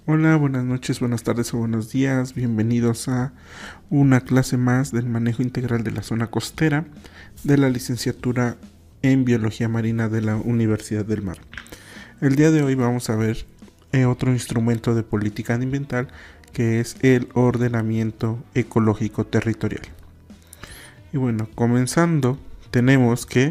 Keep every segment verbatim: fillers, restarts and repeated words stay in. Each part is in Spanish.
Hola, buenas noches, buenas tardes o buenos días. Bienvenidos a una clase más del manejo integral de la zona costera de la licenciatura en Biología Marina de la Universidad del Mar. El día de hoy vamos a ver eh, otro instrumento de política ambiental que es el ordenamiento ecológico territorial. Y bueno, comenzando, tenemos que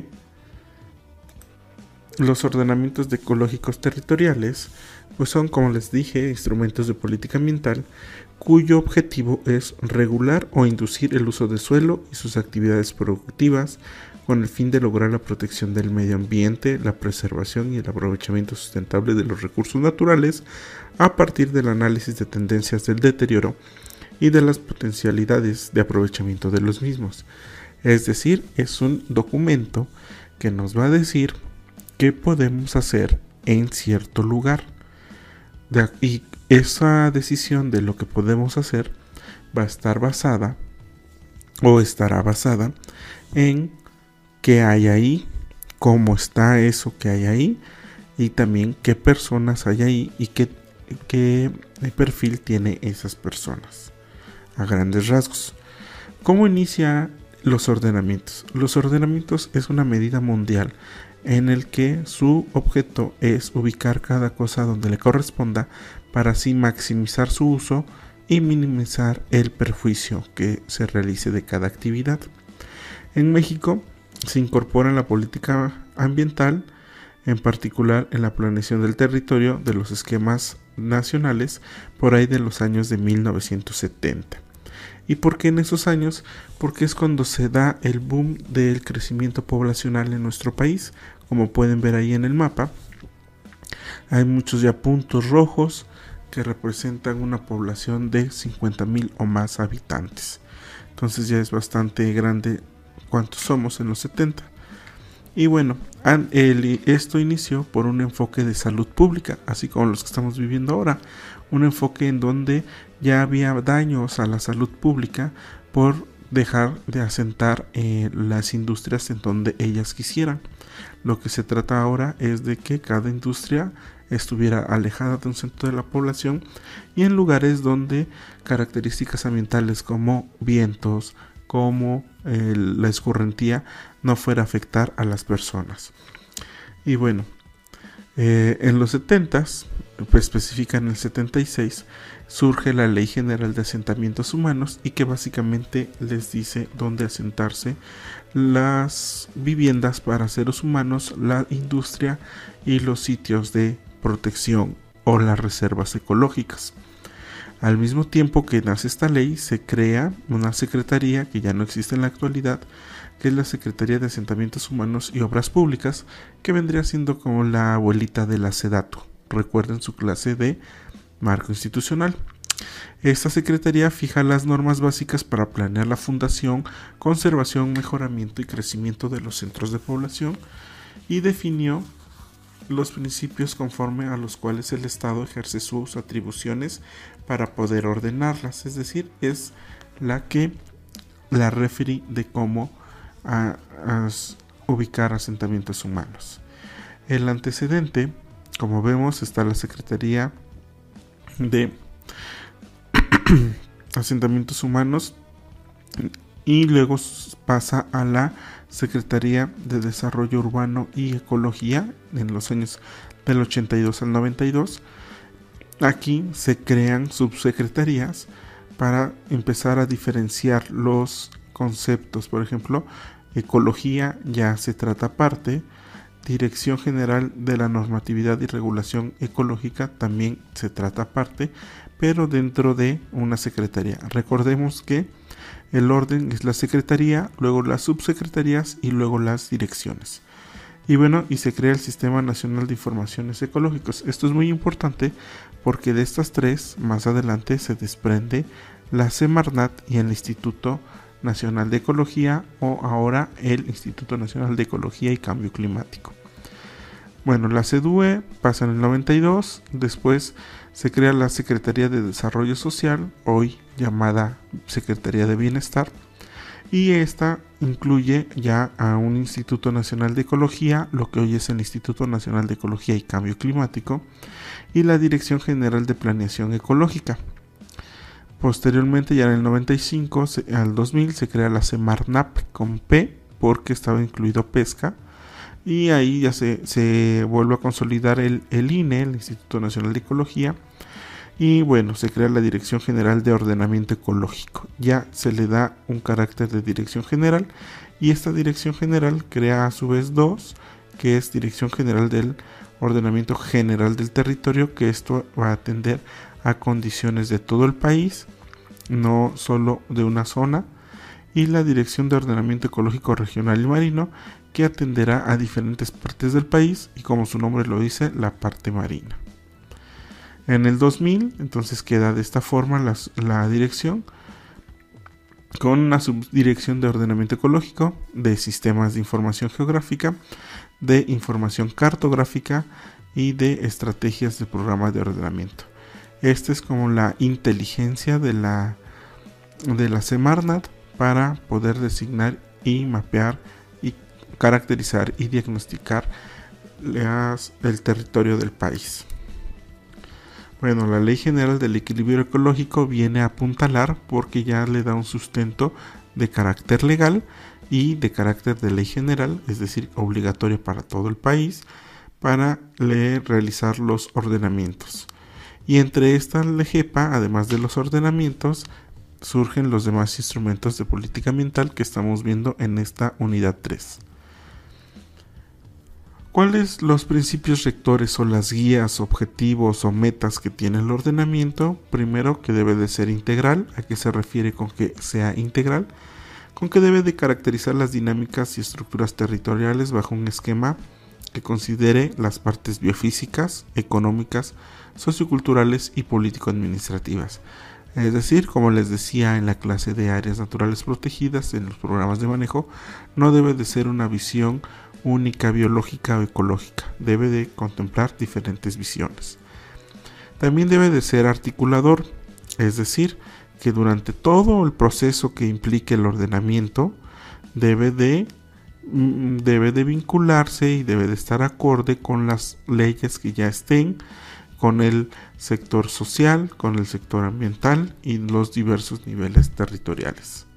los ordenamientos ecológicos territoriales pues son, como les dije, instrumentos de política ambiental cuyo objetivo es regular o inducir el uso de suelo y sus actividades productivas con el fin de lograr la protección del medio ambiente, la preservación y el aprovechamiento sustentable de los recursos naturales a partir del análisis de tendencias del deterioro y de las potencialidades de aprovechamiento de los mismos. Es decir, es un documento que nos va a decir qué podemos hacer en cierto lugar. De, y esa decisión de lo que podemos hacer va a estar basada o estará basada en qué hay ahí, cómo está eso que hay ahí y también qué personas hay ahí y qué, qué perfil tiene esas personas a grandes rasgos. ¿Cómo inicia los ordenamientos? Los ordenamientos es una medida mundial en el que su objeto es ubicar cada cosa donde le corresponda para así maximizar su uso y minimizar el perjuicio que se realice de cada actividad. En México se incorpora en la política ambiental, en particular en la planeación del territorio de los esquemas nacionales por ahí de los años de mil novecientos setenta. ¿Y por qué en esos años? Porque es cuando se da el boom del crecimiento poblacional en nuestro país. Como pueden ver ahí en el mapa, hay muchos ya puntos rojos que representan una población de cincuenta mil o más habitantes. Entonces ya es bastante grande cuántos somos en los setenta. Y bueno, el, esto inició por un enfoque de salud pública, así como los que estamos viviendo ahora. Un enfoque en donde ya había daños a la salud pública por dejar de asentar eh, las industrias en donde ellas quisieran. Lo que se trata ahora es de que cada industria estuviera alejada de un centro de la población y en lugares donde características ambientales como vientos, como el, la escorrentía no fuera a afectar a las personas. Y bueno, eh, en los setentas, pues específica en el setenta y seis, surge la Ley General de Asentamientos Humanos y que básicamente les dice dónde asentarse las viviendas para seres humanos, la industria y los sitios de protección o las reservas ecológicas. Al mismo tiempo que nace esta ley, se crea una secretaría que ya no existe en la actualidad, que es la Secretaría de Asentamientos Humanos y Obras Públicas, que vendría siendo como la abuelita de la SEDATU. Recuerden su clase de marco institucional. Esta secretaría fija las normas básicas para planear la fundación, conservación, mejoramiento y crecimiento de los centros de población y definió los principios conforme a los cuales el Estado ejerce sus atribuciones para poder ordenarlas, es decir, es la que la refiere de cómo a, a ubicar asentamientos humanos. El antecedente, como vemos, está la Secretaría de Asentamientos Humanos y luego pasa a la Secretaría de Desarrollo Urbano y Ecología en los años del ochenta y dos al noventa y dos. Aquí se crean subsecretarías para empezar a diferenciar los conceptos. Por ejemplo, ecología ya se trata aparte. Dirección General de la Normatividad y Regulación Ecológica también se trata aparte, pero dentro de una secretaría. Recordemos que el orden es la secretaría, luego las subsecretarías y luego las direcciones. Y bueno, y se crea el Sistema Nacional de Informaciones Ecológicos. Esto es muy importante porque de estas tres, más adelante se desprende la Semarnat y el Instituto Nacional de Ecología, o ahora el Instituto Nacional de Ecología y Cambio Climático. Bueno, la SEDUE pasa en el noventa y dos, después se crea la Secretaría de Desarrollo Social, hoy llamada Secretaría de Bienestar, y esta incluye ya a un Instituto Nacional de Ecología, lo que hoy es el Instituto Nacional de Ecología y Cambio Climático, y la Dirección General de Planeación Ecológica. Posteriormente, ya en el noventa y cinco al dos mil, se crea la Semarnat con P, porque estaba incluido pesca, y ahí ya se, se vuelve a consolidar el, el I N E, el Instituto Nacional de Ecología, y bueno, se crea la Dirección General de Ordenamiento Ecológico. Ya se le da un carácter de dirección general, y esta dirección general crea a su vez dos, que es Dirección General del Ordenamiento General del Territorio, que esto va a atender a condiciones de todo el país, no solo de una zona, y la Dirección de Ordenamiento Ecológico Regional y Marino, que atenderá a diferentes partes del país y, como su nombre lo dice, la parte marina. En el dos mil, entonces, queda de esta forma la, la dirección, con una subdirección de ordenamiento ecológico, de sistemas de información geográfica, de información cartográfica y de estrategias de programas de ordenamiento. Esta es como la inteligencia de la, de la Semarnat para poder designar y mapear y caracterizar y diagnosticar las, el territorio del país. Bueno, la Ley General del Equilibrio Ecológico viene a apuntalar porque ya le da un sustento de carácter legal y de carácter de ley general, es decir, obligatorio para todo el país, para realizar los ordenamientos. Y entre esta LEGEPA, además de los ordenamientos, surgen los demás instrumentos de política ambiental que estamos viendo en esta unidad tres. ¿Cuáles los principios rectores o las guías, objetivos o metas que tiene el ordenamiento? Primero, que debe de ser integral. ¿A qué se refiere con que sea integral? Con que debe de caracterizar las dinámicas y estructuras territoriales bajo un esquema que considere las partes biofísicas, económicas, socioculturales y político-administrativas. Es decir, como les decía en la clase de áreas naturales protegidas en los programas de manejo, no debe de ser una visión única, biológica o ecológica. Debe de contemplar diferentes visiones. También debe de ser articulador, es decir, que durante todo el proceso que implique el ordenamiento debe de, debe de vincularse y debe de estar acorde con las leyes que ya estén, con el sector social, con el sector ambiental y los diversos niveles territoriales.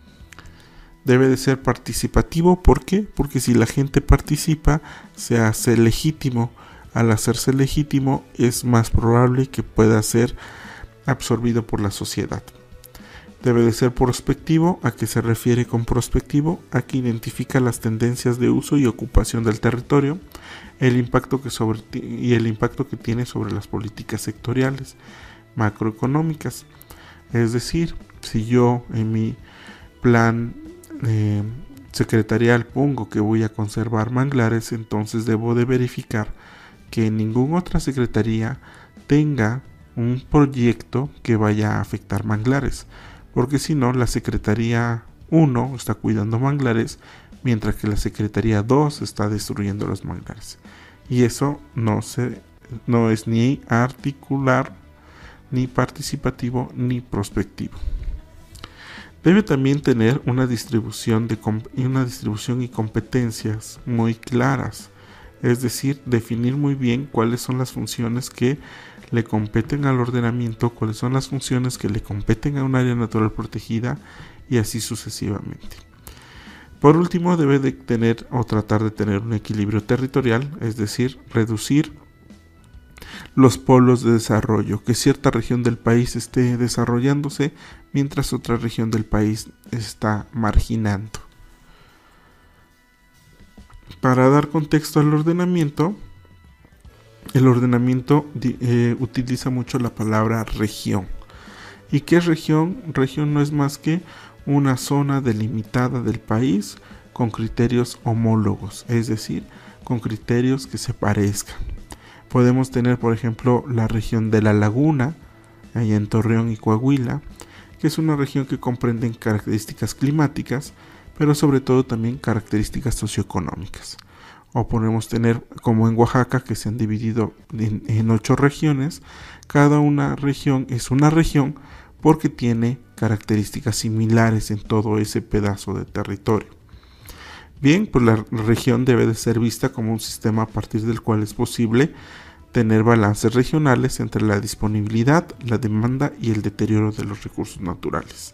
Debe de ser participativo, ¿por qué? Porque si la gente participa, se hace legítimo. Al hacerse legítimo, es más probable que pueda ser absorbido por la sociedad. Debe de ser prospectivo. ¿A qué se refiere con prospectivo? A que identifica las tendencias de uso y ocupación del territorio, el impacto que sobre y el impacto que tiene sobre las políticas sectoriales macroeconómicas. Es decir, si yo en mi plan eh, secretarial pongo que voy a conservar manglares, entonces debo de verificar que ninguna otra secretaría tenga un proyecto que vaya a afectar manglares, porque si no, la Secretaría uno está cuidando manglares, mientras que la Secretaría dos está destruyendo los manglares. Y eso no, se, no es ni articular, ni participativo, ni prospectivo. Debe también tener una distribución, de, una distribución y competencias muy claras, es decir, definir muy bien cuáles son las funciones que le competen al ordenamiento, cuáles son las funciones que le competen a un área natural protegida y así sucesivamente. Por último, debe de tener o tratar de tener un equilibrio territorial, es decir, reducir los polos de desarrollo, que cierta región del país esté desarrollándose mientras otra región del país está marginando. Para dar contexto al ordenamiento, el ordenamiento eh, utiliza mucho la palabra región. ¿Y qué es región? Región no es más que una zona delimitada del país con criterios homólogos, es decir, con criterios que se parezcan. Podemos tener, por ejemplo, la región de la Laguna, allá en Torreón y Coahuila, que es una región que comprende características climáticas, pero sobre todo también características socioeconómicas. O podemos tener, como en Oaxaca, que se han dividido en, en ocho regiones. Cada una región es una región porque tiene características similares en todo ese pedazo de territorio. Bien, pues la región debe de ser vista como un sistema a partir del cual es posible tener balances regionales entre la disponibilidad, la demanda y el deterioro de los recursos naturales.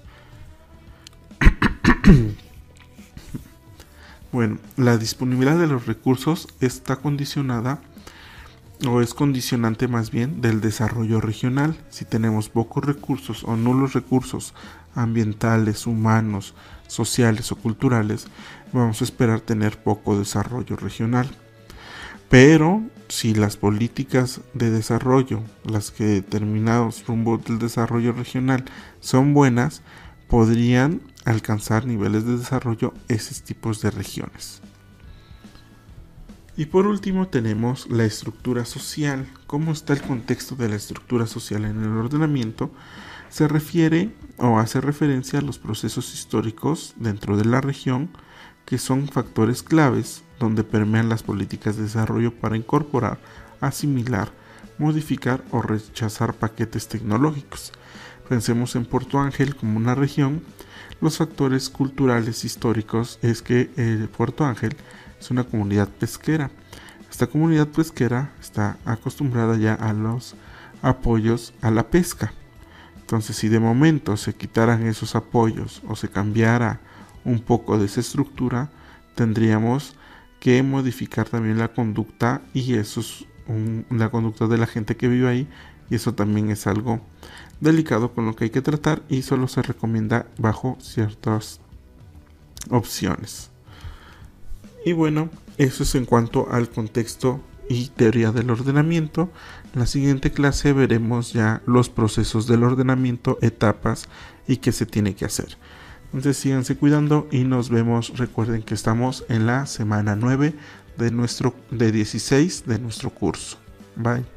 Bueno, la disponibilidad de los recursos está condicionada o es condicionante más bien del desarrollo regional. Si tenemos pocos recursos o nulos recursos ambientales, humanos, sociales o culturales, vamos a esperar tener poco desarrollo regional. Pero si las políticas de desarrollo, las que determinados rumbo del desarrollo regional son buenas, podrían alcanzar niveles de desarrollo esos tipos de regiones. Y por último tenemos la estructura social. ¿Cómo está el contexto de la estructura social en el ordenamiento? Se refiere o hace referencia a los procesos históricos dentro de la región que son factores claves donde permean las políticas de desarrollo para incorporar, asimilar, modificar o rechazar paquetes tecnológicos. Pensemos en Puerto Ángel como una región. Los factores culturales históricos es que eh, Puerto Ángel es una comunidad pesquera. Esta comunidad pesquera está acostumbrada ya a los apoyos a la pesca. Entonces, si de momento se quitaran esos apoyos o se cambiara un poco de esa estructura, tendríamos que modificar también la conducta y eso es un, la conducta de la gente que vive ahí, y eso también es algo delicado con lo que hay que tratar y solo se recomienda bajo ciertas opciones. Y bueno, eso es en cuanto al contexto y teoría del ordenamiento. En la siguiente clase veremos ya los procesos del ordenamiento, etapas y qué se tiene que hacer. Entonces síganse cuidando y nos vemos. Recuerden que estamos en la semana nueve de nuestro de dieciséis de nuestro curso. Bye.